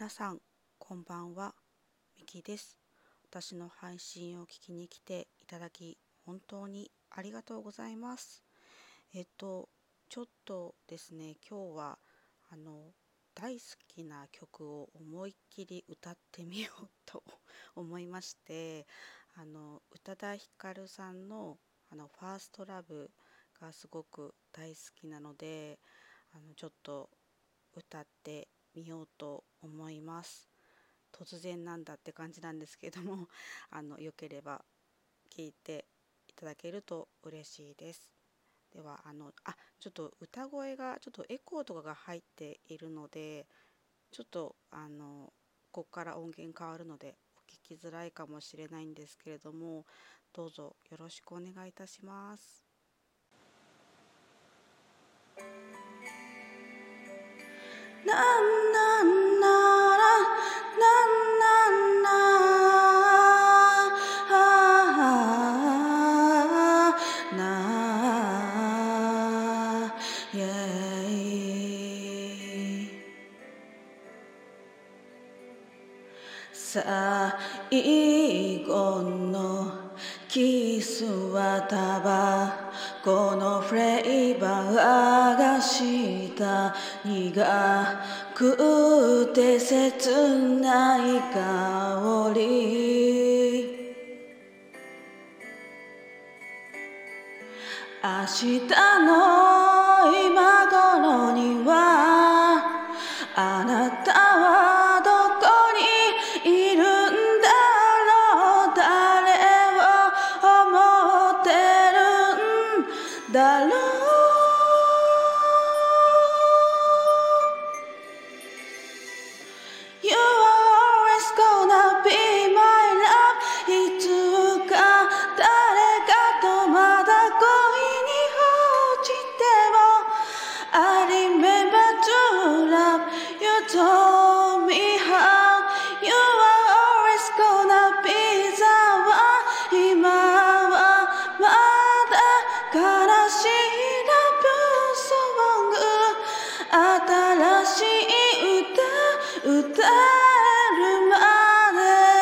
皆さん、こんばんは。みきです。私の配信を聞きに来ていただき、本当にありがとうございます。ちょっとですね、今日は、大好きな曲を思いっきり歌ってみようと思いまして、宇多田ヒカルさんの、ファーストラブがすごく大好きなので、ちょっと歌ってみようと思います。突然なんだって感じなんですけどもよければ聞いていただけると嬉しいです。ではちょっと歌声がちょっとエコーとかが入っているので、ちょっとここから音源変わるのでお聞きづらいかもしれないんですけれども、どうぞよろしくお願いいたします。なんなんならなんなんななイエイ最後のキスはタバコのフレーバーがした苦くて切ない香り、明日の今頃にはあなたはどこにいるんだろう、誰を思ってるんだろう。You are always gonna be my love. いつか誰かとまだ恋に落ちても I remember to love. You told me how. You are always gonna be the one. 今はまだ悲しいラブソング、新しい歌歌えるまで。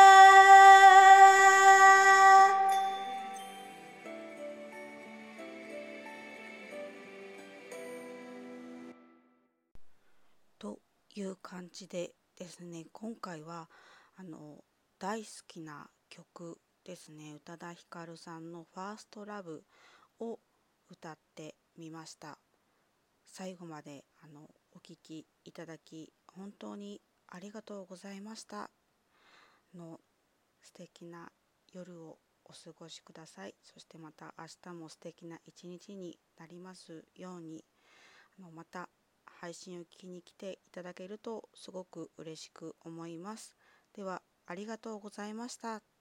という感じでですね、今回は大好きな曲ですね、宇多田ヒカルさんのファーストラブを歌ってみました。最後までお聴きいただき本当にありがとうございました。素敵な夜をお過ごしください。そしてまた明日も素敵な一日になりますように、また配信を聞きに来ていただけるとすごく嬉しく思います。ではありがとうございました。